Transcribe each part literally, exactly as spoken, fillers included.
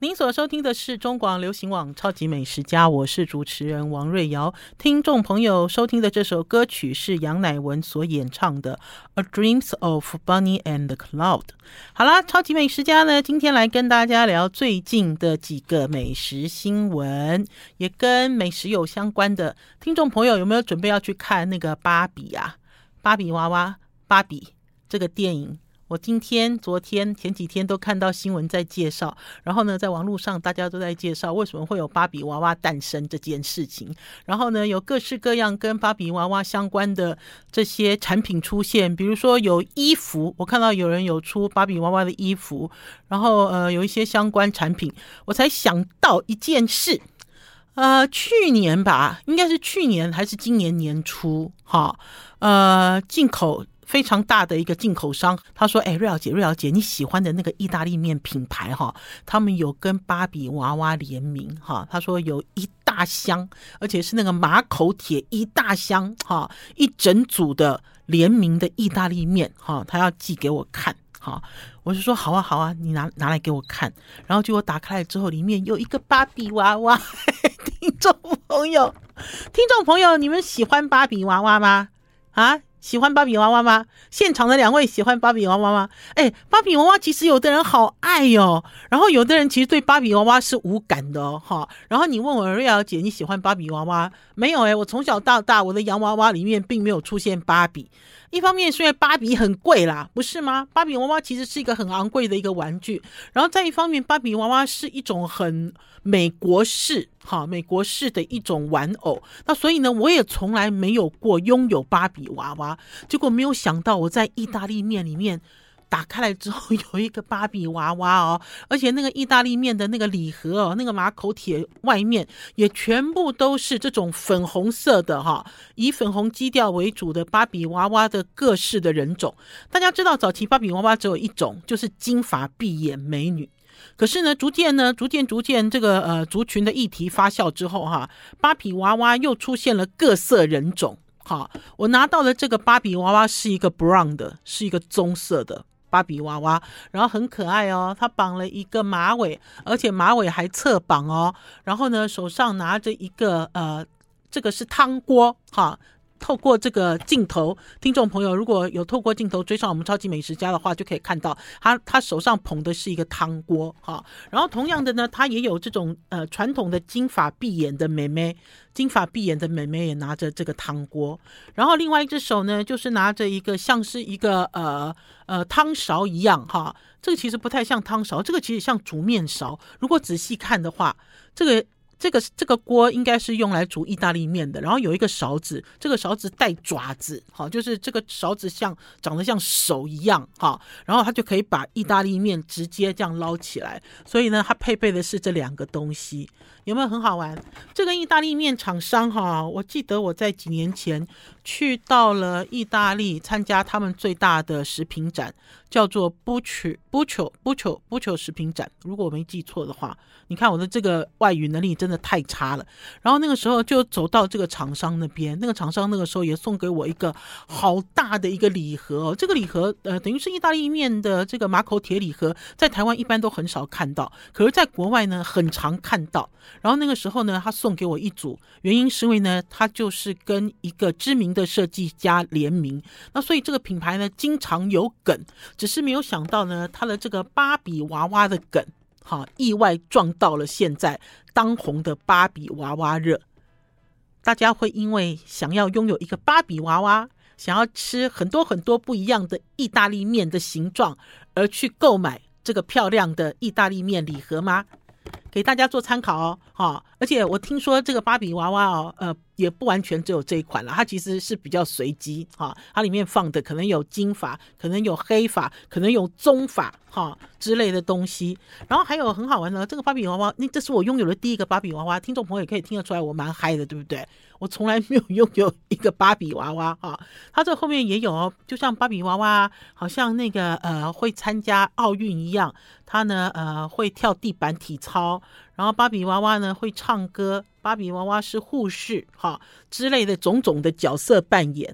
您所收听的是中广流行网超级美食家，我是主持人王瑞瑶。听众朋友收听的这首歌曲是杨乃文所演唱的 A Dreams of Bunny and Cloud。 好啦，超级美食家呢，今天来跟大家聊最近的几个美食新闻，也跟美食有相关的。听众朋友有没有准备要去看那个芭比啊？芭比娃娃，芭比这个电影，我今天、昨天、前几天都看到新闻在介绍，然后呢，在网络上大家都在介绍为什么会有芭比娃娃诞生这件事情，然后呢，有各式各样跟芭比娃娃相关的这些产品出现，比如说有衣服，我看到有人有出芭比娃娃的衣服，然后呃，有一些相关产品，我才想到一件事。呃，去年吧，应该是去年还是今年年初，哈，呃，进口非常大的一个进口商，他说：“哎，瑞瑶姐，瑞瑶姐，你喜欢的那个意大利面品牌哈，他们有跟芭比娃娃联名哈。他说有一大箱，而且是那个马口铁一大箱哈，一整组的联名的意大利面哈，他要寄给我看哈。我就说好啊好啊，你拿拿来给我看。然后结果打开来之后，里面有一个芭比娃娃。听众朋友，听众朋友，你们喜欢芭比娃娃吗？啊？”喜欢芭比娃娃吗？现场的两位喜欢芭比娃娃吗？哎，芭比娃娃其实有的人好爱哟、哦，然后有的人其实对芭比娃娃是无感的哦，哈。然后你问我瑞瑶姐你喜欢芭比娃娃没有？哎，我从小到大我的洋娃娃里面并没有出现芭比。一方面是因为芭比很贵啦，不是吗？芭比娃娃其实是一个很昂贵的一个玩具，然后再一方面，芭比娃娃是一种很美国式哈，美国式的一种玩偶。那所以呢，我也从来没有过拥有芭比娃娃。结果没有想到，我在意大利面里面打开来之后，有一个芭比娃娃哦，而且那个意大利面的那个礼盒哦，那个马口铁外面也全部都是这种粉红色的哈，以粉红基调为主的芭比娃娃的各式的人种。大家知道，早期芭比娃娃只有一种，就是金发碧眼美女。可是呢，逐渐呢，逐渐逐渐，这个呃族群的议题发酵之后哈，芭比娃娃又出现了各色人种。好，我拿到的这个芭比娃娃是一个 brown 的，是一个棕色的芭比娃娃，然后很可爱哦，它绑了一个马尾，而且马尾还侧绑哦，然后呢，手上拿着一个呃，这个是汤锅哈。透过这个镜头，听众朋友如果有透过镜头追上我们超级美食家的话，就可以看到他他手上捧的是一个汤锅哈。然后同样的呢，他也有这种呃传统的金发碧眼的妹妹，金发碧眼的妹妹也拿着这个汤锅，然后另外一只手呢，就是拿着一个像是一个呃呃汤勺一样哈。这个其实不太像汤勺，这个其实像煮面勺。如果仔细看的话，这个。这个这个锅应该是用来煮意大利面的，然后有一个勺子，这个勺子带爪子，好，就是这个勺子像长得像手一样，哈，然后它就可以把意大利面直接这样捞起来，所以呢，它配备的是这两个东西，有没有很好玩？这个意大利面厂商哈，我记得我在几年前去到了意大利参加他们最大的食品展，叫做 Buccio Buccio Buccio Buccio 食品展，如果我没记错的话，你看我的这个外语能力真的太差了。然后那个时候就走到这个厂商那边，那个厂商那个时候也送给我一个好大的一个礼盒、哦、这个礼盒呃，等于是意大利面的这个马口铁礼盒，在台湾一般都很少看到，可是在国外呢很常看到。然后那个时候呢，他送给我一组，原因是因为呢，他就是跟一个知名的设计家联名，那所以这个品牌呢经常有梗，只是没有想到呢，他的这个芭比娃娃的梗好，意外撞到了现在当红的芭比娃娃热。大家会因为想要拥有一个芭比娃娃，想要吃很多很多不一样的意大利面的形状，而去购买这个漂亮的意大利面礼盒吗？给大家做参考哦，哈！而且我听说这个芭比娃娃哦，呃，也不完全只有这一款了，它其实是比较随机哈，它里面放的可能有金发，可能有黑发，可能有棕发哈之类的东西。然后还有很好玩的，这个芭比娃娃，那这是我拥有的第一个芭比娃娃，听众朋友也可以听得出来我蛮嗨的，对不对？我从来没有拥有一个芭比娃娃哈，它这后面也有哦，就像芭比娃娃好像那个呃会参加奥运一样，它呢呃会跳地板体操，然后芭比娃娃呢会唱歌，芭比娃娃是护士哈之类的种种的角色扮演。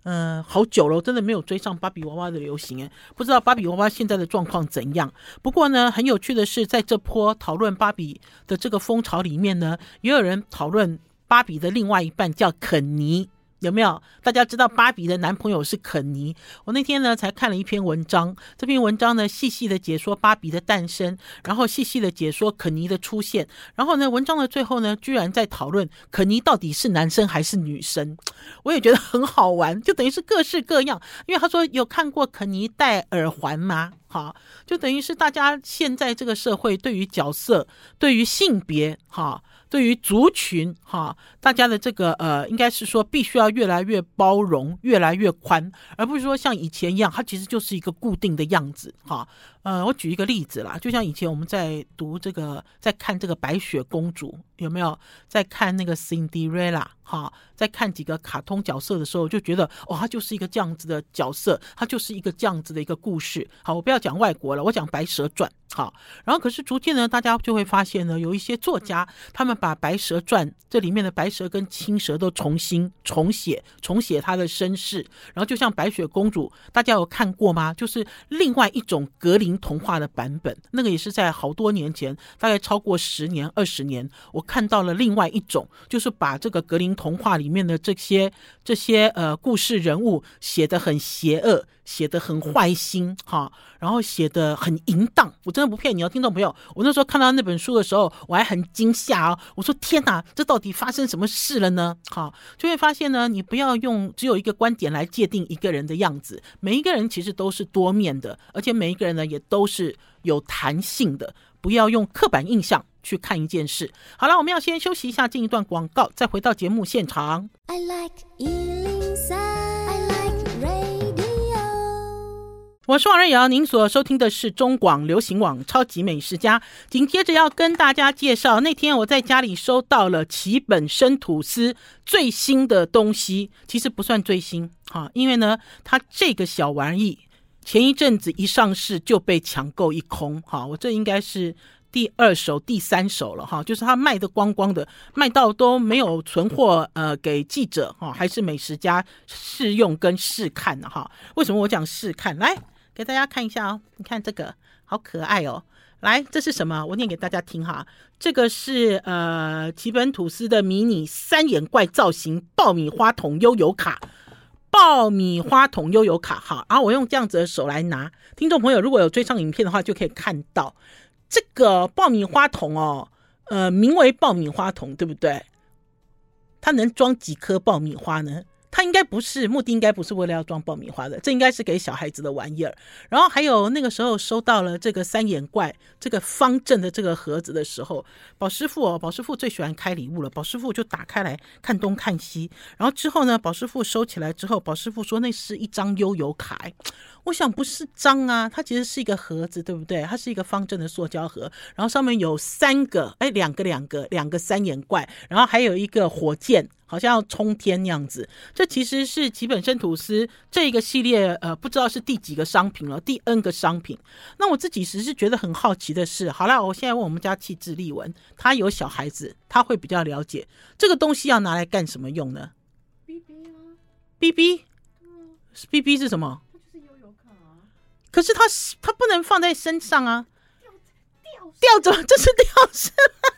嗯、呃，好久了，我真的没有追上芭比娃娃的流行，哎，不知道芭比娃娃现在的状况怎样。不过呢，很有趣的是，在这波讨论芭比的这个风潮里面呢，也有人讨论芭比的另外一半叫肯尼。有没有？大家知道芭比的男朋友是肯尼。我那天呢才看了一篇文章，这篇文章呢细细的解说芭比的诞生，然后细细的解说肯尼的出现，然后呢文章的最后呢居然在讨论肯尼到底是男生还是女生。我也觉得很好玩，就等于是各式各样。因为他说有看过肯尼戴耳环吗？好，就等于是大家现在这个社会对于角色、对于性别哈、对于族群哈，大家的这个呃，应该是说必须要越来越包容，越来越宽，而不是说像以前一样，它其实就是一个固定的样子哈。呃，我举一个例子啦，就像以前我们在读这个，在看这个白雪公主，有没有在看那个 Cinderella 哈，在看几个卡通角色的时候，就觉得哦，它就是一个这样子的角色，它就是一个这样子的一个故事。好，我不要讲外国了，我讲白蛇传。好，然后可是逐渐呢，大家就会发现呢，有一些作家他们把白蛇传这里面的白蛇跟青蛇都重新重写，重写他的身世。然后就像白雪公主，大家有看过吗？就是另外一种格林童话的版本，那个也是在好多年前，大概超过十年、二十年，我看到了另外一种，就是把这个格林童话里面的这些这些呃故事人物写得很邪恶，写得很坏心哈，然后写得很淫荡。我真的不骗你哦，听众朋友，我那时候看到那本书的时候，我还很惊吓哦。我说天哪，这到底发生什么事了呢？好，就会发现呢，你不要用只有一个观点来界定一个人的样子，每一个人其实都是多面的，而且每一个人呢也都是有弹性的，不要用刻板印象去看一件事。好了，我们要先休息一下，进一段广告，再回到节目现场。I like 一零三 I like radio。 我是王瑞瑶，您所收听的是中广流行网超级美食家。紧接着要跟大家介绍，那天我在家里收到了奇本生吐司最新的东西，其实不算最新，因为呢它这个小玩意前一阵子一上市就被抢购一空，我这应该是第二手第三手了哈，就是它卖的光光的，卖到都没有存货呃给记者哈，还是美食家试用跟试看哈。为什么我讲试看？来给大家看一下哦，你看这个好可爱哦。来，这是什么？我念给大家听哈。这个是呃奇本吐司的迷你三眼怪造型爆米花桶悠游卡。爆米花桶悠游卡哈，然后我用这样子的手来拿，听众朋友如果有追上影片的话，就可以看到这个爆米花桶哦，呃，名为爆米花桶，对不对？它能装几颗爆米花呢？它应该不是，目的应该不是为了要装爆米花的，这应该是给小孩子的玩意儿。然后还有那个时候收到了这个三眼怪这个方正的这个盒子的时候，宝师傅哦，宝师傅最喜欢开礼物了，宝师傅就打开来看东看西，然后之后呢，宝师傅收起来之后，宝师傅说那是一张悠游卡。我想不是张啊，它其实是一个盒子，对不对？它是一个方正的塑胶盒，然后上面有三个，哎，两个两个两个三眼怪，然后还有一个火箭，好像要冲天那样子。这其实是奇本生吐司这个系列，呃，不知道是第几个商品了，第 N 个商品。那我自己其实是觉得很好奇的是，好啦，我现在问我们家气质丽文，她有小孩子，她会比较了解这个东西要拿来干什么用呢 ？B B 啊 ，B B， 嗯 ，B B 是什么？可是它它不能放在身上啊，吊着，这是吊饰。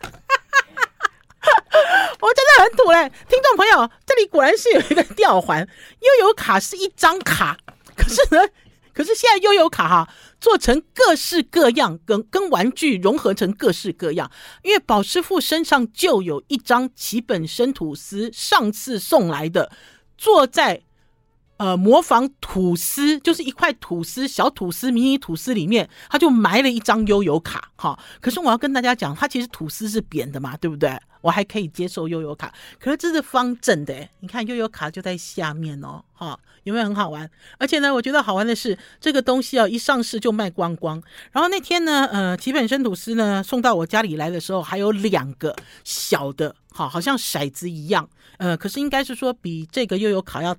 我真的很土嘞，听众朋友，这里果然是有一个吊环。悠游卡是一张卡，可是呢，可是现在悠游卡哈做成各式各样，跟跟玩具融合成各式各样。因为宝师傅身上就有一张奇本生吐司上次送来的，坐在。呃，模仿吐司，就是一块吐司，小吐司、迷你吐司里面，他就埋了一张悠游卡哈。可是我要跟大家讲，它其实吐司是扁的嘛，对不对？我还可以接受悠游卡，可是这是方正的，你看悠游卡就在下面哦，哈，有没有很好玩？而且呢，我觉得好玩的是这个东西哦，一上市就卖光光。然后那天呢，呃，奇本生吐司呢送到我家里来的时候，还有两个小的，好，好像骰子一样，呃，可是应该是说比这个悠游卡要大。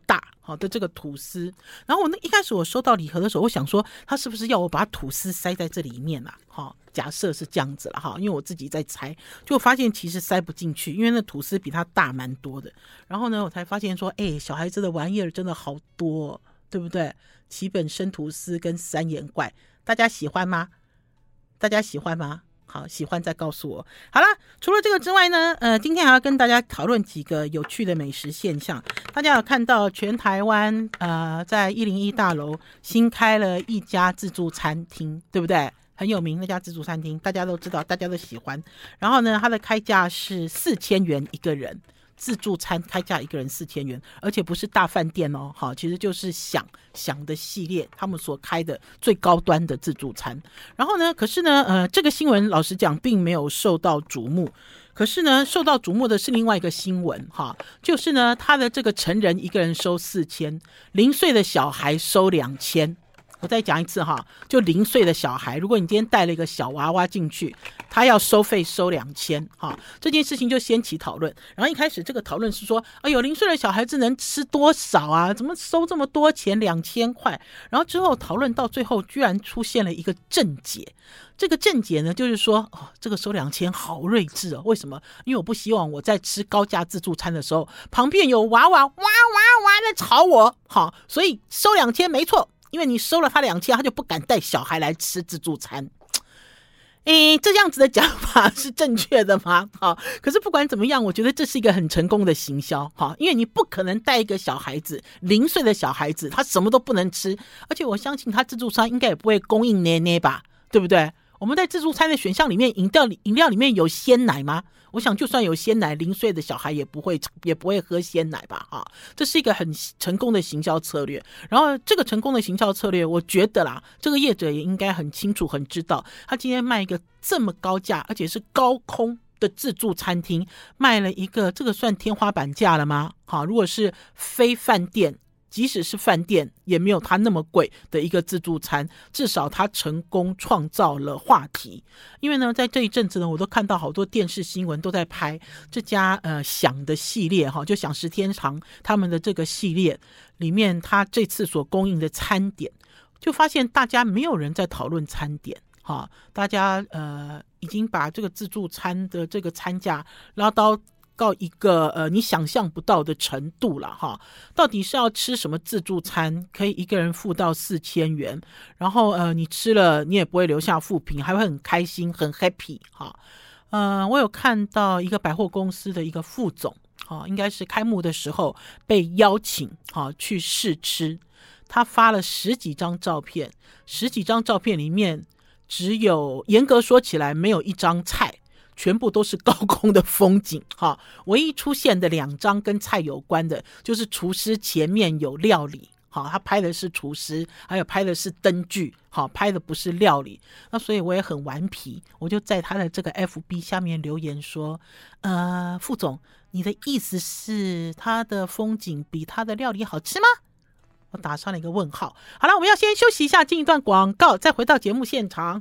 好的这个吐司，然后我那一开始我收到礼盒的时候，我想说他是不是要我把吐司塞在这里面啊？好，假设是这样子了哈，因为我自己在猜，就发现其实塞不进去，因为那吐司比它大蛮多的。然后呢，我才发现说，哎，小孩子的玩意儿真的好多，对不对？奇本生吐司跟三眼怪，大家喜欢吗？大家喜欢吗？好，喜欢再告诉我。好啦，除了这个之外呢，呃，今天还要跟大家讨论几个有趣的美食现象。大家有看到全台湾呃，在一零一大楼新开了一家自助餐厅，对不对？很有名那家自助餐厅，大家都知道，大家都喜欢。然后呢，它的开价是四千元一个人。自助餐开价一个人四千元，而且不是大饭店哦，好，其实就是享享的系列，他们所开的最高端的自助餐。然后呢，可是呢，呃，这个新闻老实讲并没有受到瞩目。可是呢，受到瞩目的是另外一个新闻哈，就是呢，他的这个成人一个人收四千，零岁的小孩收两千。我再讲一次哈，就零岁的小孩，如果你今天带了一个小娃娃进去，他要收费收两千哈，这件事情就掀起讨论。然后一开始这个讨论是说，哎呦，零岁的小孩子能吃多少啊？怎么收这么多钱，两千块？然后之后讨论到最后，居然出现了一个正解。这个正解呢，就是说，哦，这个收两千好睿智哦。为什么？因为我不希望我在吃高价自助餐的时候，旁边有娃娃哇哇哇在吵我，好，所以收两千没错。因为你收了他两千，他就不敢带小孩来吃自助餐。诶，这样子的讲法是正确的吗？好，可是不管怎么样，我觉得这是一个很成功的行销。好，因为你不可能带一个小孩子，零岁的小孩子，他什么都不能吃，而且我相信他自助餐应该也不会供应奶奶吧，对不对？我们在自助餐的选项里面，饮料饮料里面有鲜奶吗？我想就算有鲜奶，零岁的小孩也不会也不会喝鲜奶吧，哈，这是一个很成功的行销策略。然后这个成功的行销策略，我觉得啦，这个业者也应该很清楚很知道，他今天卖一个这么高价，而且是高空的自助餐厅，卖了一个这个算天花板价了吗？好，如果是非饭店，即使是饭店也没有它那么贵的一个自助餐，至少它成功创造了话题。因为呢，在这一阵子呢，我都看到好多电视新闻都在拍这家呃享的系列哈，就享食天堂他们的这个系列里面，他这次所供应的餐点，就发现大家没有人在讨论餐点哈，大家呃已经把这个自助餐的这个餐价拉到到一个呃你想象不到的程度了哈，到底是要吃什么自助餐可以一个人付到四千元，然后呃你吃了你也不会留下负评，还会很开心很 happy 哈。呃，我有看到一个百货公司的一个副总，哈，应该是开幕的时候被邀请哈去试吃，他发了十几张照片，十几张照片里面只有严格说起来没有一张菜。全部都是高空的风景哈，唯一出现的两张跟菜有关的，就是厨师前面有料理，好，他拍的是厨师，还有拍的是灯具，好，拍的不是料理。那所以我也很顽皮，我就在他的这个 F B 下面留言说，呃，副总，你的意思是他的风景比他的料理好吃吗？我打上了一个问号。好了，我们要先休息一下，进一段广告，再回到节目现场。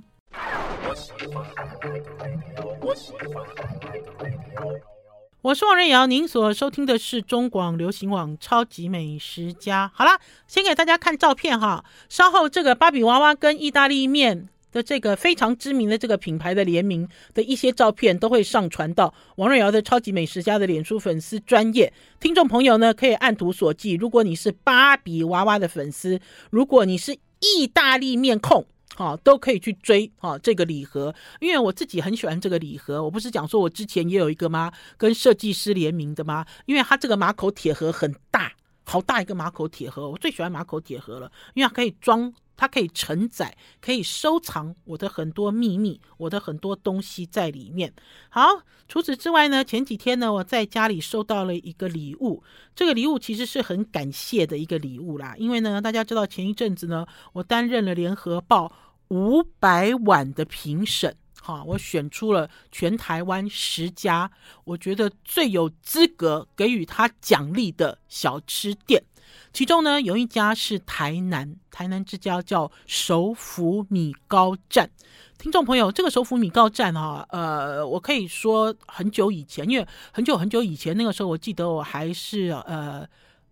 我是王瑞瑶，您所收听的是中广流行网超级美食家。好啦，先给大家看照片哈，稍后这个芭比娃娃跟意大利面的这个非常知名的这个品牌的联名的一些照片都会上传到王瑞瑶的超级美食家的脸书粉丝专页，听众朋友呢可以按图索骥，如果你是芭比娃娃的粉丝，如果你是意大利面控，好，都可以去追好这个礼盒，因为我自己很喜欢这个礼盒。我不是讲说我之前也有一个吗？跟设计师联名的吗？因为它这个马口铁盒很大，好大一个马口铁盒，我最喜欢马口铁盒了，因为它可以装，它可以承载，可以收藏我的很多秘密，我的很多东西在里面。好，除此之外呢，前几天呢，我在家里收到了一个礼物，这个礼物其实是很感谢的一个礼物啦，因为呢，大家知道前一阵子呢，我担任了联合报五百碗的评审，好，我选出了全台湾十家我觉得最有资格给予他奖励的小吃店，其中呢有一家是台南，台南之家叫手府米糕站。听众朋友，这个手府米糕站啊，呃，我可以说很久以前，因为很久很久以前那个时候，我记得我还是呃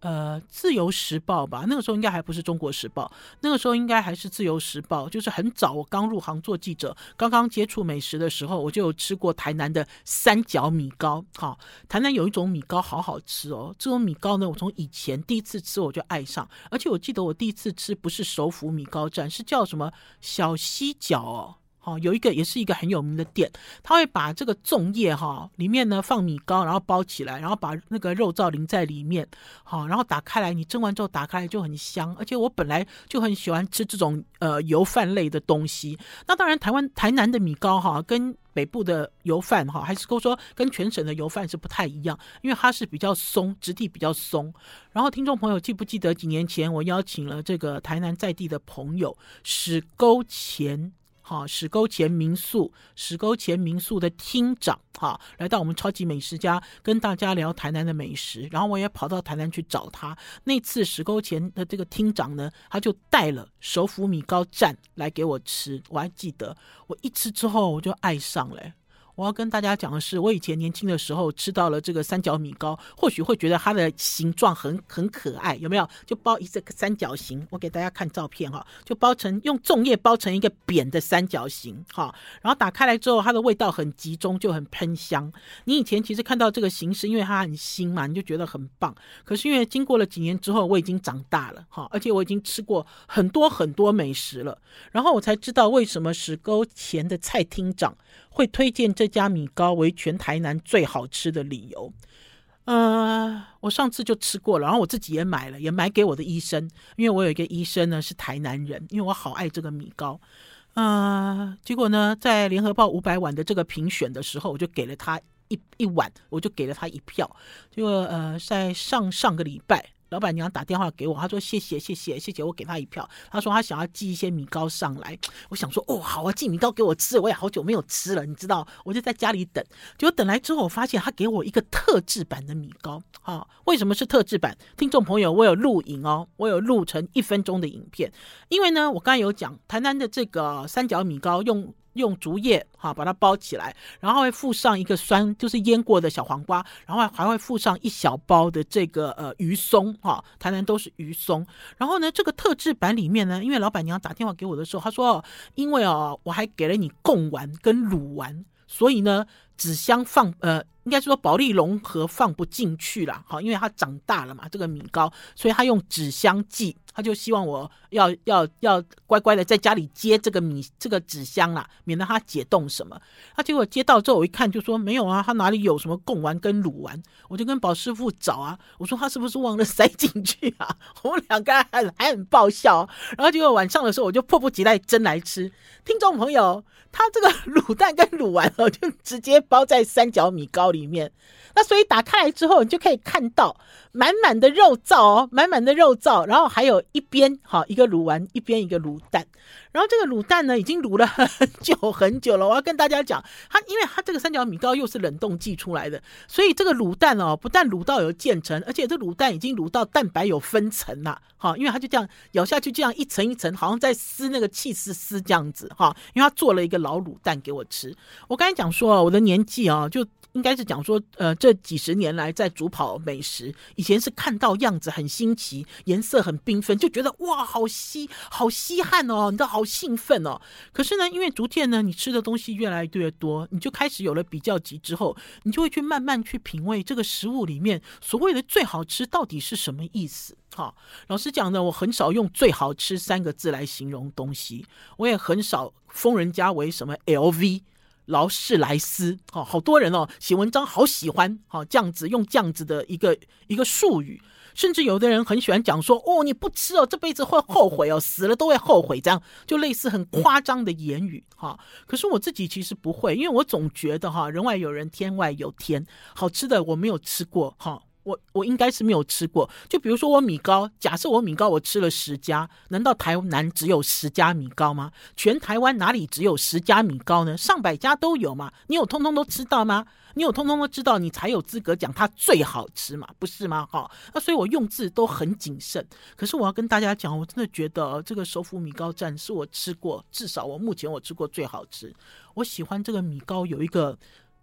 呃，自由时报吧，那个时候应该还不是中国时报，那个时候应该还是自由时报，就是很早我刚入行做记者，刚刚接触美食的时候，我就有吃过台南的三角米糕。好，台南有一种米糕好好吃哦，这种米糕呢，我从以前第一次吃我就爱上，而且我记得我第一次吃不是首府米糕站，是叫什么小西角哦。哦，有一个也是一个很有名的店，他会把这个粽叶哈、哦、里面呢放米糕，然后包起来，然后把那个肉燥淋在里面，好、哦，然后打开来，你蒸完之后打开来就很香，而且我本来就很喜欢吃这种呃油饭类的东西。那当然，台湾台南的米糕哈、哦、跟北部的油饭哈、哦，还是说跟全省的油饭是不太一样，因为它是比较松，质地比较松。然后听众朋友记不记得几年前我邀请了这个台南在地的朋友史沟前。好，史沟前民宿，史沟前民宿的厅长，哈，来到我们超级美食家，跟大家聊台南的美食。然后我也跑到台南去找他。那次史沟前的这个厅长呢，他就带了首府米糕蘸来给我吃，我还记得，我一吃之后我就爱上了、欸。我要跟大家讲的是，我以前年轻的时候吃到了这个三角米糕，或许会觉得它的形状很很可爱，有没有？就包一个三角形，我给大家看照片哈，就包成用粽叶包成一个扁的三角形哈，然后打开来之后，它的味道很集中，就很喷香。你以前其实看到这个形式，因为它很新嘛，你就觉得很棒。可是因为经过了几年之后，我已经长大了哈，而且我已经吃过很多很多美食了，然后我才知道为什么史沟前的蔡厅长会推荐这家米糕为全台南最好吃的理由。呃，我上次就吃过了，然后我自己也买了，也买给我的医生，因为我有一个医生呢是台南人，因为我好爱这个米糕。呃，结果呢，在联合报五百碗的这个评选的时候，我就给了他一一碗，我就给了他一票。结果呃，在上上个礼拜，老板娘打电话给我，她说谢谢谢谢谢谢，我给她一票。她说她想要寄一些米糕上来，我想说哦好啊，寄米糕给我吃，我也好久没有吃了，你知道，我就在家里等。结果等来之后，我发现她给我一个特制版的米糕。好、哦，为什么是特制版？听众朋友，我有录影哦，我有录成一分钟的影片。因为呢，我刚才有讲台南的这个三角米糕用。用竹叶哈把它包起来，然后会附上一个酸，就是腌过的小黄瓜，然后还会附上一小包的这个呃鱼松哈，台南都是鱼松。然后呢，这个特制版里面呢，因为老板娘打电话给我的时候，她说哦，因为哦我还给了你贡丸跟卤丸，所以呢纸箱放呃。应该是说保利龙盒放不进去啦，好，因为它长大了嘛，这个米糕，所以他用纸箱寄，他就希望我要要要乖乖的在家里接这个米这个纸箱啦，免得它解冻什么。他结果接到之后，我一看就说没有啊，他哪里有什么贡丸跟卤丸？我就跟宝师傅找啊，我说他是不是忘了塞进去啊？我们两个还还很爆笑、啊，然后结果晚上的时候我就迫不及待蒸来吃。听众朋友，他这个卤蛋跟卤丸哦，就直接包在三角米糕里面，那所以打开来之后，你就可以看到满满的肉燥哦，满满的肉燥，然后还有一边好一个卤丸，一边一个卤蛋，然后这个卤蛋呢已经卤了很久很久了。我要跟大家讲，它因为它这个三角米糕又是冷冻寄出来的，所以这个卤蛋哦，不但卤到有渐层，而且这卤蛋已经卤到蛋白有分层了，哈，因为它就这样咬下去，这样一层一层，好像在撕那个起司丝这样子哈，因为它做了一个老卤蛋给我吃。我刚才讲说我的年纪啊，就应该是讲说，呃，这几十年来在主跑美食，以前是看到样子很新奇，颜色很缤纷，就觉得哇，好稀，好稀罕哦，你知道，好兴奋哦。可是呢，因为逐渐呢，你吃的东西越来越多，你就开始有了比较级之后，你就会去慢慢去品味这个食物里面所谓的最好吃到底是什么意思。好，老实讲呢，我很少用最好吃三个字来形容东西，我也很少封人家为什么 L V。劳士莱斯、哦、好多人哦写文章好喜欢、哦、这样子用这样子的一个一个术语，甚至有的人很喜欢讲说哦你不吃哦这辈子会后悔哦，死了都会后悔，这样就类似很夸张的言语、哦、可是我自己其实不会，因为我总觉得、哦、人外有人天外有天，好吃的我没有吃过、哦我我应该是没有吃过，就比如说我米糕，假设我米糕我吃了十家，难道台南只有十家米糕吗？全台湾哪里只有十家米糕呢？上百家都有嘛，你有通通都知道吗？你有通通都知道，你才有资格讲它最好吃嘛，不是吗？哈，那所以我用字都很谨慎。可是我要跟大家讲，我真的觉得这个首府米糕站是我吃过，至少我目前我吃过最好吃。我喜欢这个米糕有一个。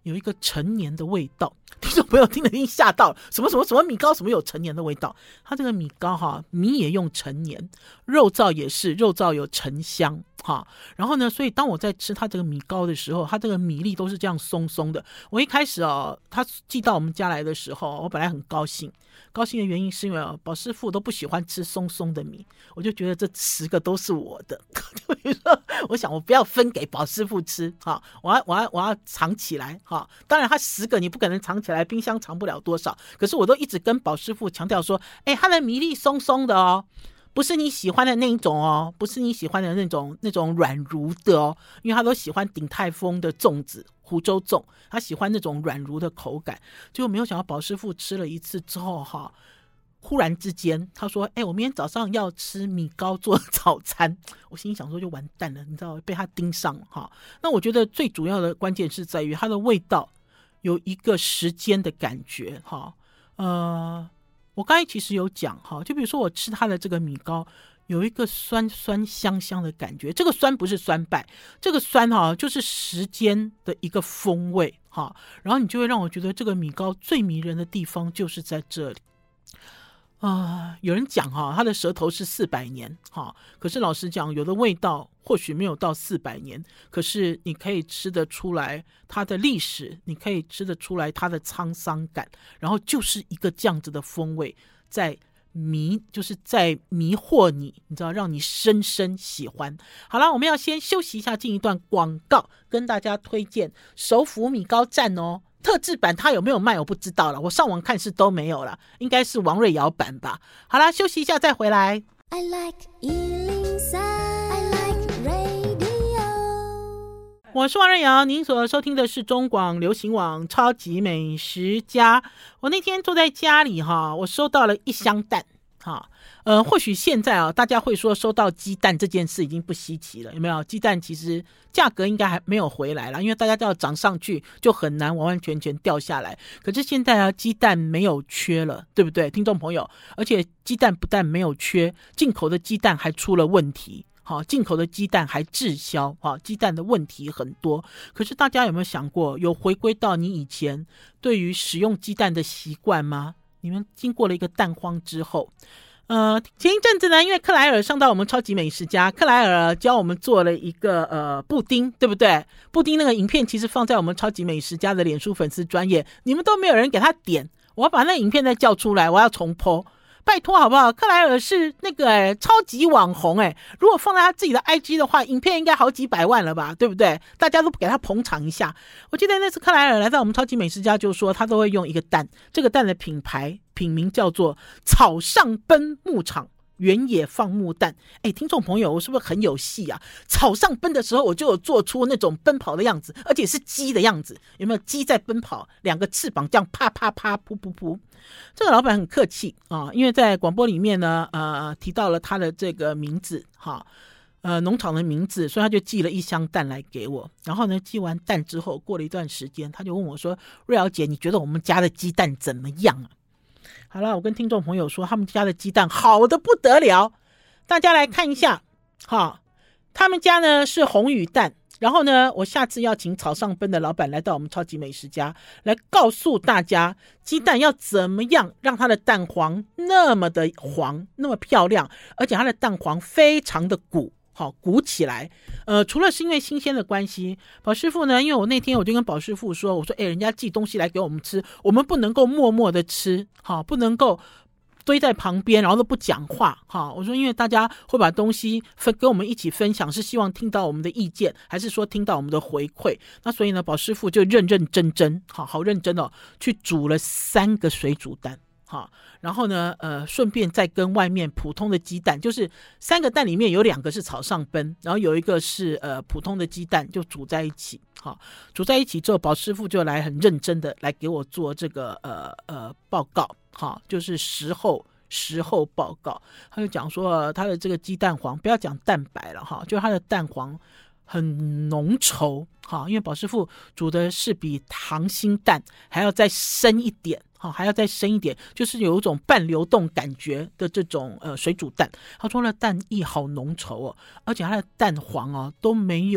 有一个陈年的味道。听众朋友听了一定吓到了，什么什么什么米糕，什么有陈年的味道？它这个米糕哈，米也用陈年，肉燥也是，肉燥有沉香哈。然后呢，所以当我在吃它这个米糕的时候，它这个米粒都是这样松松的。我一开始哦，他寄到我们家来的时候，我本来很高兴，高兴的原因是因为哦，宝师傅都不喜欢吃松松的米，我就觉得这十个都是我的。我想我不要分给宝师傅吃哈，我要我要我要藏起来哈。当然他十个你不可能藏起来，冰箱藏不了多少。可是我都一直跟宝师傅强调说，哎，他的米粒松松的哦，不是你喜欢的那一种哦，不是你喜欢的那种那种软如的哦，因为他都喜欢鼎泰丰的粽子，湖州粽，他喜欢那种软如的口感。结果没有想到宝师傅吃了一次之后哈，忽然之间他说，哎，我明天早上要吃米糕做早餐。我心里想说就完蛋了，你知道被他盯上了哈。那我觉得最主要的关键是在于它的味道有一个时间的感觉哈。呃我刚才其实有讲哈，就比如说我吃它的这个米糕有一个酸酸香香的感觉，这个酸不是酸败，这个酸哈就是时间的一个风味哈。然后你就会让我觉得这个米糕最迷人的地方就是在这里。啊、呃，有人讲哈，他的舌头是四百年哈，可是老实讲，有的味道或许没有到四百年，可是你可以吃得出来它的历史，你可以吃得出来它的沧桑感，然后就是一个这样子的风味在迷，就是在迷惑你，你知道，让你深深喜欢。好了，我们要先休息一下，进一段广告，跟大家推荐手府米糕站哦。特制版它有没有卖我不知道了，我上网看是都没有了，应该是王瑞瑶版吧。好啦，休息一下再回来。I like 一零三 I like radio。 我是王瑞瑶，您所收听的是中广流行网超级美食家。我那天坐在家里哈，我收到了一箱蛋哈。呃，或许现在啊，大家会说收到鸡蛋这件事已经不稀奇了，有没有？鸡蛋其实价格应该还没有回来了，因为大家都要涨上去，就很难完完全全掉下来。可是现在啊，鸡蛋没有缺了，对不对，听众朋友？而且鸡蛋不但没有缺，进口的鸡蛋还出了问题。好，进口的鸡蛋还滞销，好，鸡蛋的问题很多。可是大家有没有想过，有回归到你以前对于使用鸡蛋的习惯吗？你们经过了一个蛋荒之后。呃，前一阵子呢，因为克莱尔上到我们超级美食家，克莱尔教我们做了一个呃布丁，对不对？布丁那个影片其实放在我们超级美食家的脸书粉丝专页，你们都没有人给他点，我要把那影片再叫出来，我要重 po， 拜托好不好？克莱尔是那个哎超级网红哎，如果放在他自己的 I G 的话，影片应该好几百万了吧，对不对？大家都给他捧场一下。我记得那次克莱尔来到我们超级美食家，就说他都会用一个蛋，这个蛋的品牌品名叫做草上奔牧场原野放牧蛋。哎，听众朋友，我是不是很有戏啊？草上奔的时候，我就有做出那种奔跑的样子，而且是鸡的样子，有没有？鸡在奔跑，两个翅膀这样啪啪啪噗噗噗。这个老板很客气啊，因为在广播里面呢，呃，提到了他的这个名字哈。呃，农场的名字，所以他就寄了一箱蛋来给我。然后呢，寄完蛋之后，过了一段时间，他就问我说：“瑞瑶姐，你觉得我们家的鸡蛋怎么样啊？”好了，我跟听众朋友说，他们家的鸡蛋好的不得了，大家来看一下。哈，他们家呢是红羽蛋。然后呢，我下次要请草上奔的老板来到我们超级美食家，来告诉大家鸡蛋要怎么样让它的蛋黄那么的黄，那么漂亮，而且它的蛋黄非常的鼓。好，鼓起来。呃，除了是因为新鲜的关系，宝师傅呢，因为我那天我就跟宝师傅说，我说，哎，人家寄东西来给我们吃，我们不能够默默的吃，好，不能够堆在旁边，然后都不讲话，哈，我说，因为大家会把东西分跟我们一起分享，是希望听到我们的意见，还是说听到我们的回馈？那所以呢，宝师傅就认认真真，好好认真哦，去煮了三个水煮蛋。好，然后呢，呃，顺便再跟外面普通的鸡蛋，就是三个蛋里面有两个是草上奔，然后有一个是呃普通的鸡蛋，就煮在一起。好，煮在一起之后，宝师傅就来很认真的来给我做这个呃呃报告，好，就是时候时候报告。他就讲说、呃、他的这个鸡蛋黄，不要讲蛋白了哈，就他的蛋黄很浓稠，好，因为宝师傅煮的是比溏心蛋还要再深一点。好，还要再深一点，就是有一种半流动感觉的这种呃水煮蛋。他说的蛋液好浓稠哦，而且它的蛋黄哦都没有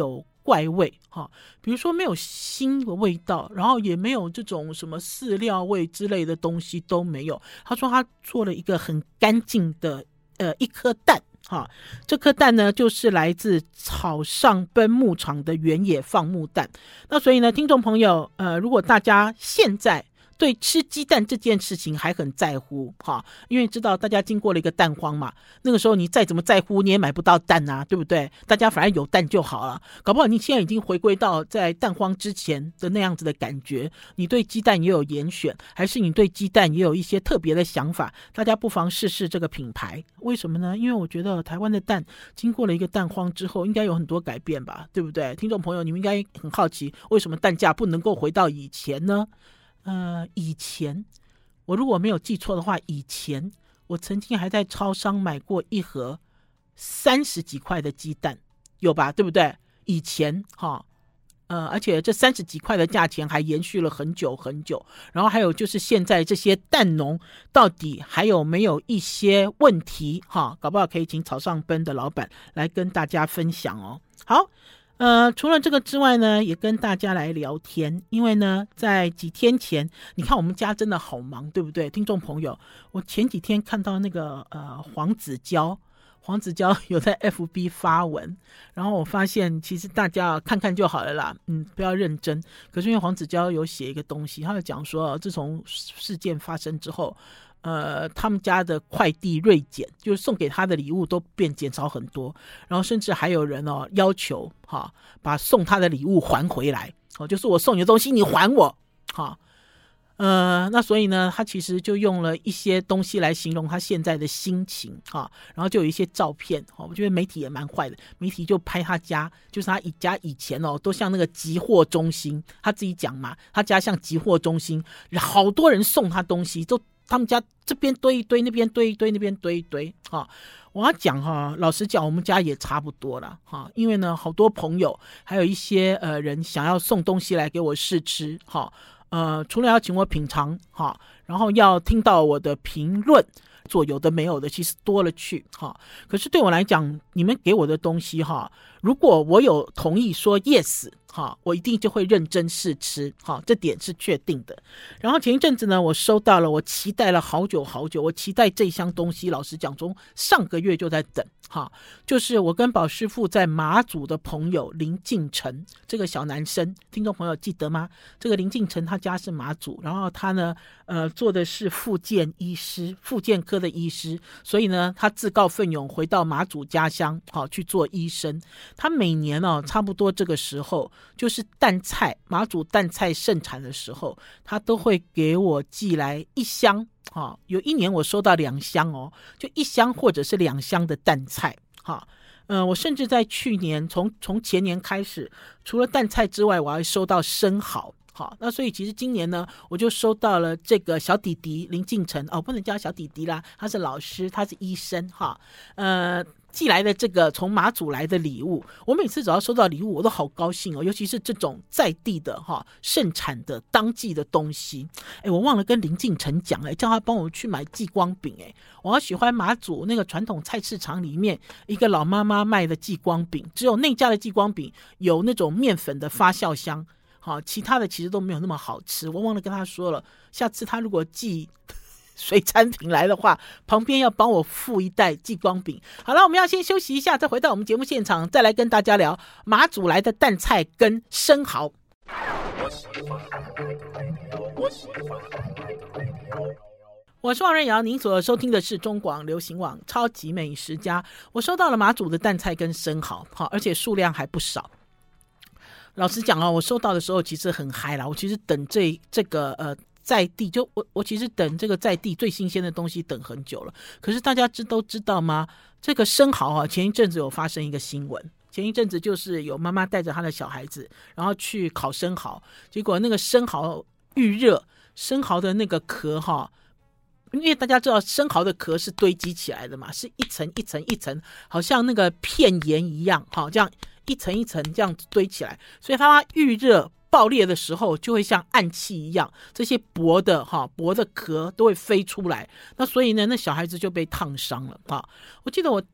怪味哈，比如说没有腥的味道，然后也没有这种什么饲料味之类的东西都没有。他说他做了一个很干净的呃一颗蛋哈，这颗蛋呢就是来自草上奔牧场的原野放牧蛋。那所以呢，听众朋友呃，如果大家现在对吃鸡蛋这件事情还很在乎哈，因为知道大家经过了一个蛋荒嘛，那个时候你再怎么在乎你也买不到蛋啊，对不对？大家反而有蛋就好了，搞不好你现在已经回归到在蛋荒之前的那样子的感觉，你对鸡蛋也有严选，还是你对鸡蛋也有一些特别的想法，大家不妨试试这个品牌。为什么呢？因为我觉得台湾的蛋经过了一个蛋荒之后应该有很多改变吧，对不对？听众朋友你们应该很好奇，为什么蛋价不能够回到以前呢？呃，以前我如果没有记错的话，以前我曾经还在超商买过一盒三十几块的鸡蛋，有吧？对不对？以前哈，呃，而且这三十几块的价钱还延续了很久很久。然后还有就是现在这些蛋农到底还有没有一些问题哈？搞不好可以请草上奔的老板来跟大家分享哦。好。呃，除了这个之外呢，也跟大家来聊天，因为呢，在几天前，你看我们家真的好忙，对不对？听众朋友，我前几天看到那个呃黄子佼，黄子佼有在 F B 发文，然后我发现其实大家看看就好了啦，嗯，不要认真。可是因为黄子佼有写一个东西，他就讲说，自从事件发生之后，呃，他们家的快递锐减，就是送给他的礼物都变减少很多，然后甚至还有人哦要求哈、哦，把送他的礼物还回来，哦，就是我送你的东西你还我，哈、哦，呃，那所以呢，他其实就用了一些东西来形容他现在的心情哈、哦，然后就有一些照片，哦，我觉得媒体也蛮坏的，媒体就拍他家，就是他以家以前哦都像那个集货中心，他自己讲嘛，他家像集货中心，好多人送他东西都。他们家这边堆一堆，那边堆一堆，那边堆一堆哈。我要讲哈，老实讲，我们家也差不多了哈。因为呢，好多朋友还有一些呃人想要送东西来给我试吃哈。呃，除了要请我品尝哈，然后要听到我的评论，做有的没有的，其实多了去哈。可是对我来讲，你们给我的东西哈，如果我有同意说 yes。好，我一定就会认真试吃，好，这点是确定的。然后前一阵子呢，我收到了，我期待了好久好久，我期待这一箱东西，老实讲，从上个月就在等，哈，就是我跟宝师傅在马祖的朋友林敬成这个小男生，听众朋友记得吗？这个林敬成他家是马祖，然后他呢，呃，做的是复健医师，复健科的医师，所以呢，他自告奋勇回到马祖家乡，好去做医生。他每年哦，差不多这个时候。就是蛋菜，马祖蛋菜盛产的时候，他都会给我寄来一箱、哦、有一年我收到两箱哦，就一箱或者是两箱的蛋菜、哦呃、我甚至在去年从从前年开始，除了蛋菜之外，我还收到生蚝。好，那所以其实今年呢，我就收到了这个小弟弟林敬成哦，不能叫小弟弟啦，他是老师，他是医生哈，呃。寄来的这个从马祖来的礼物，我每次只要收到礼物我都好高兴哦，尤其是这种在地的哈盛产的当季的东西。哎，我忘了跟林敬成讲，哎，叫他帮我去买继光饼。哎，我好喜欢马祖那个传统菜市场里面一个老妈妈卖的继光饼，只有那家的继光饼有那种面粉的发酵香，好，其他的其实都没有那么好吃。我忘了跟他说了，下次他如果寄水产品来的话，旁边要帮我附一袋继光饼。好了，我们要先休息一下，再回到我们节目现场，再来跟大家聊马祖来的蛋菜跟生蚝。我是王瑞瑶，您所收听的是中广流行网超级美食家。我收到了马祖的蛋菜跟生蚝，好，而且数量还不少。老实讲啊，我收到的时候其实很嗨啦，我其实等这这个呃。在地就我我其实等这个在地最新鲜的东西等很久了，可是大家知都知道吗？这个生蚝啊，前一阵子有发生一个新闻，前一阵子就是有妈妈带着她的小孩子，然后去烤生蚝，结果那个生蚝预热，生蚝的那个壳哈，因为大家知道生蚝的壳是堆积起来的嘛，是一层一层一层，好像那个片盐一样，哈，这样一层一层这样堆起来，所以它预热。爆裂的时候就会像暗器一样，这些薄的哈薄的壳都会飞出来，那所以呢，那小孩子就被烫伤了啊！我记得我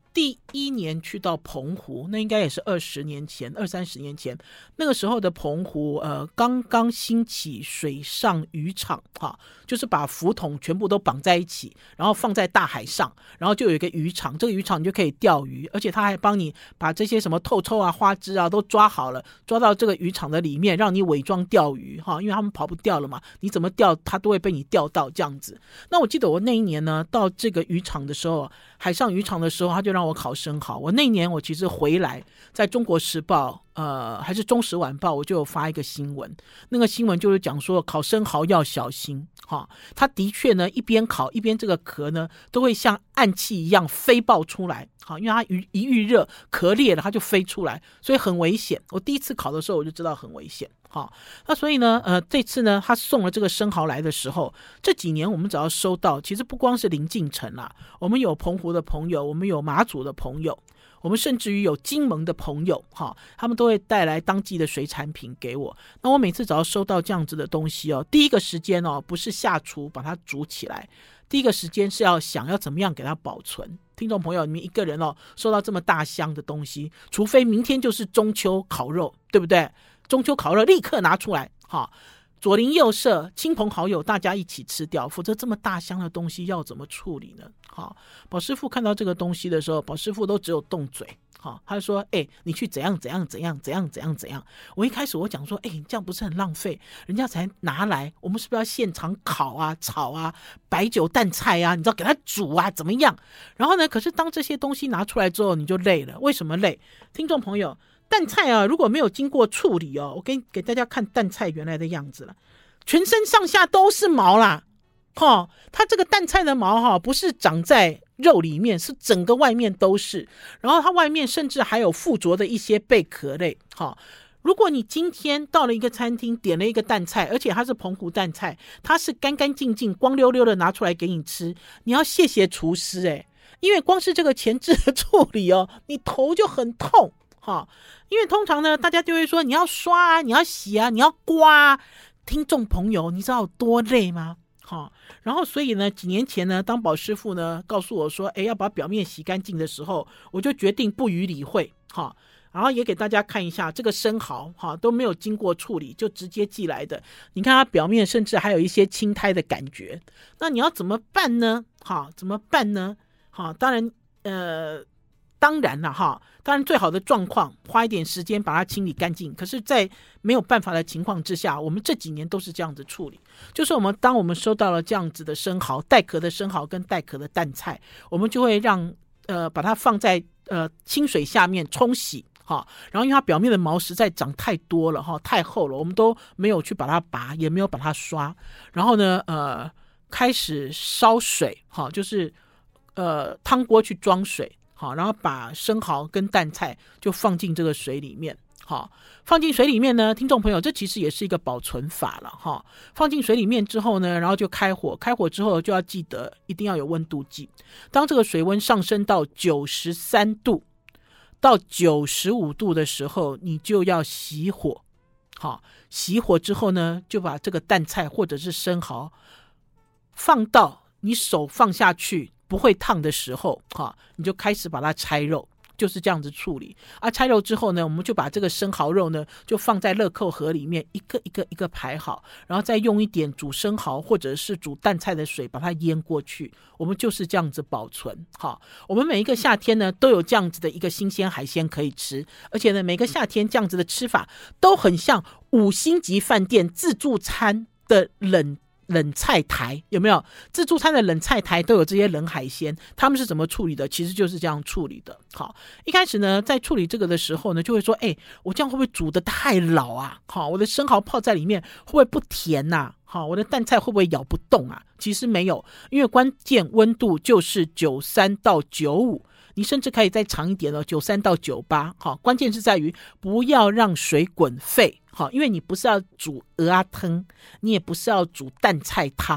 第一年去到澎湖，那应该也是二十年前、二三十年前。那个时候的澎湖，呃，刚刚兴起水上渔场，哈，就是把浮筒全部都绑在一起，然后放在大海上，然后就有一个渔场，这个渔场你就可以钓鱼，而且他还帮你把这些什么透抽啊、花枝啊都抓好了，抓到这个渔场的里面，让你伪装钓鱼，哈，因为他们跑不掉了嘛，你怎么钓，他都会被你钓到这样子。那我记得我那一年呢，到这个渔场的时候，海上渔场的时候，他就让我考生蚝。我那一年我其实回来，在中国时报呃还是中时晚报，我就有发一个新闻，那个新闻就是讲说考生蚝要小心哈，它的确呢一边烤一边这个壳呢都会像暗器一样飞爆出来，好，因为它一遇热壳裂了它就飞出来，所以很危险。我第一次考的时候我就知道很危险。好，那所以呢，呃，这次呢，他送了这个生蚝来的时候，这几年我们只要收到，其实不光是临近城啦，我们有澎湖的朋友，我们有马祖的朋友，我们甚至于有金门的朋友，哈，他们都会带来当季的水产品给我。那我每次只要收到这样子的东西哦，第一个时间哦，不是下厨把它煮起来，第一个时间是要想要怎么样给它保存。听众朋友，你们一个人哦，收到这么大箱的东西，除非明天就是中秋烤肉，对不对？中秋烤肉立刻拿出来，哈，左邻右舍、亲朋好友大家一起吃掉，否则这么大箱的东西要怎么处理呢？好，宝师傅看到这个东西的时候，宝师傅都只有动嘴，好，他就说：“哎、欸，你去怎样怎样怎样怎样怎样怎样。”我一开始我讲说：“哎、欸，这样不是很浪费？人家才拿来，我们是不是要现场烤啊、炒啊、白酒淡菜啊？你知道给他煮啊，怎么样？”然后呢，可是当这些东西拿出来之后，你就累了。为什么累？听众朋友。淡菜啊，如果没有经过处理哦，我给给大家看淡菜原来的样子了，全身上下都是毛啦，哈、哦，它这个淡菜的毛哈、哦，不是长在肉里面，是整个外面都是，然后它外面甚至还有附着的一些贝壳类，哈、哦。如果你今天到了一个餐厅，点了一个淡菜，而且它是澎湖淡菜，它是干干净净、光溜溜的拿出来给你吃，你要谢谢厨师哎，因为光是这个前置的处理哦，你头就很痛。哈，因为通常呢，大家就会说你要刷啊，你要洗啊，你要刮啊。听众朋友，你知道有多累吗？哈，然后所以呢，几年前呢，当宝师傅呢告诉我说，哎，要把表面洗干净的时候，我就决定不予理会。哈，然后也给大家看一下这个生蚝，哈，都没有经过处理就直接寄来的。你看它表面甚至还有一些青苔的感觉。那你要怎么办呢？哈，怎么办呢？哈，当然，呃。当然了哈，当然最好的状况花一点时间把它清理干净，可是在没有办法的情况之下，我们这几年都是这样子处理，就是我们当我们收到了这样子的生蚝，带壳的生蚝跟带壳的淡菜，我们就会让呃把它放在呃清水下面冲洗哈，然后因为它表面的毛实在长太多了哈，太厚了，我们都没有去把它拔，也没有把它刷，然后呢呃开始烧水哈，就是呃汤锅去装水。好，然后把生蚝跟淡菜就放进这个水里面。好，放进水里面呢，听众朋友，这其实也是一个保存法了哈。放进水里面之后呢，然后就开火，开火之后就要记得一定要有温度计。当这个水温上升到九十三度到九十五度的时候，你就要熄火。好，熄火之后呢，就把这个淡菜或者是生蚝放到你手放下去。不会烫的时候，哈，你就开始把它拆肉，就是这样子处理。啊，拆肉之后呢，我们就把这个生蚝肉呢，就放在乐扣盒里面，一个一个一个排好，然后再用一点煮生蚝或者是煮淡菜的水把它淹过去。我们就是这样子保存。好，我们每一个夏天呢，都有这样子的一个新鲜海鲜可以吃，而且呢，每个夏天这样子的吃法都很像五星级饭店自助餐的冷。冷菜台有没有？自助餐的冷菜台都有这些冷海鲜，他们是怎么处理的？其实就是这样处理的。好，一开始呢，在处理这个的时候呢，就会说：“哎，我这样会不会煮得太老啊？好，我的生蚝泡在里面会不会不甜呐、啊？好，我的淡菜会不会咬不动啊？”其实没有，因为关键温度就是九三到九五。你甚至可以再长一点哦，九三到九八。好，关键是在于不要让水滚沸。好，因为你不是要煮蚵仔汤，你也不是要煮淡菜汤，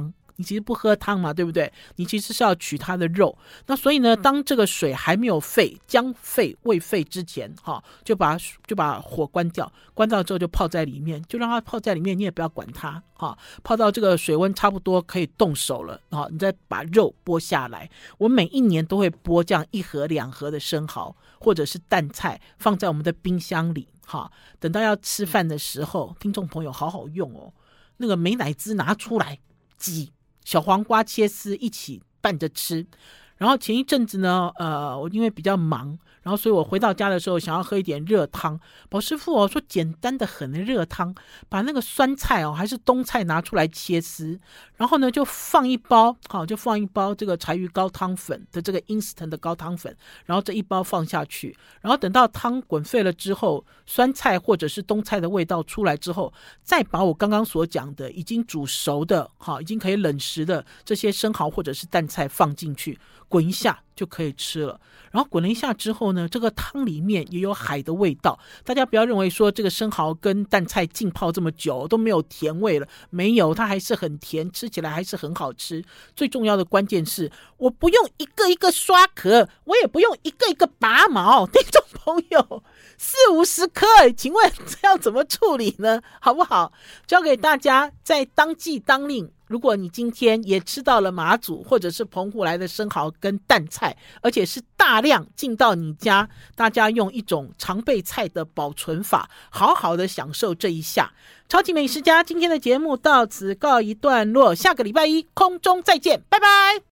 你其实不喝汤嘛，对不对？你其实是要取它的肉。那所以呢，当这个水还没有沸，将沸未沸之前，哈，就把就把火关掉，关掉之后就泡在里面，就让它泡在里面，你也不要管它，哈，泡到这个水温差不多可以动手了，哈，你再把肉剥下来。我每一年都会剥这样一盒两盒的生蚝或者是淡菜，放在我们的冰箱里，哈，等到要吃饭的时候，听众朋友好好用哦。那个美乃滋拿出来挤，小黄瓜切丝一起拌着吃。然后前一阵子呢，呃，我因为比较忙，然后所以我回到家的时候想要喝一点热汤。宝师傅哦说简单的很的热汤，把那个酸菜哦还是冬菜拿出来切丝，然后呢就放一包，好、哦、就放一包这个柴鱼高汤粉的这个 instant 的高汤粉，然后这一包放下去，然后等到汤滚沸了之后，酸菜或者是冬菜的味道出来之后，再把我刚刚所讲的已经煮熟的，好、哦、已经可以冷食的这些生蚝或者是淡菜放进去。滚一下就可以吃了。然后滚了一下之后呢，这个汤里面也有海的味道。大家不要认为说这个生蚝跟淡菜浸泡这么久都没有甜味了，没有，它还是很甜，吃起来还是很好吃。最重要的关键是我不用一个一个刷壳，我也不用一个一个拔毛。听众朋友，四五十颗，请问这要怎么处理呢？好不好？交给大家在当季当令。如果你今天也吃到了马祖或者是澎湖来的生蚝跟淡菜，而且是大量进到你家，大家用一种常备菜的保存法，好好的享受这一下。超级美食家今天的节目到此告一段落，下个礼拜一空中再见，拜拜。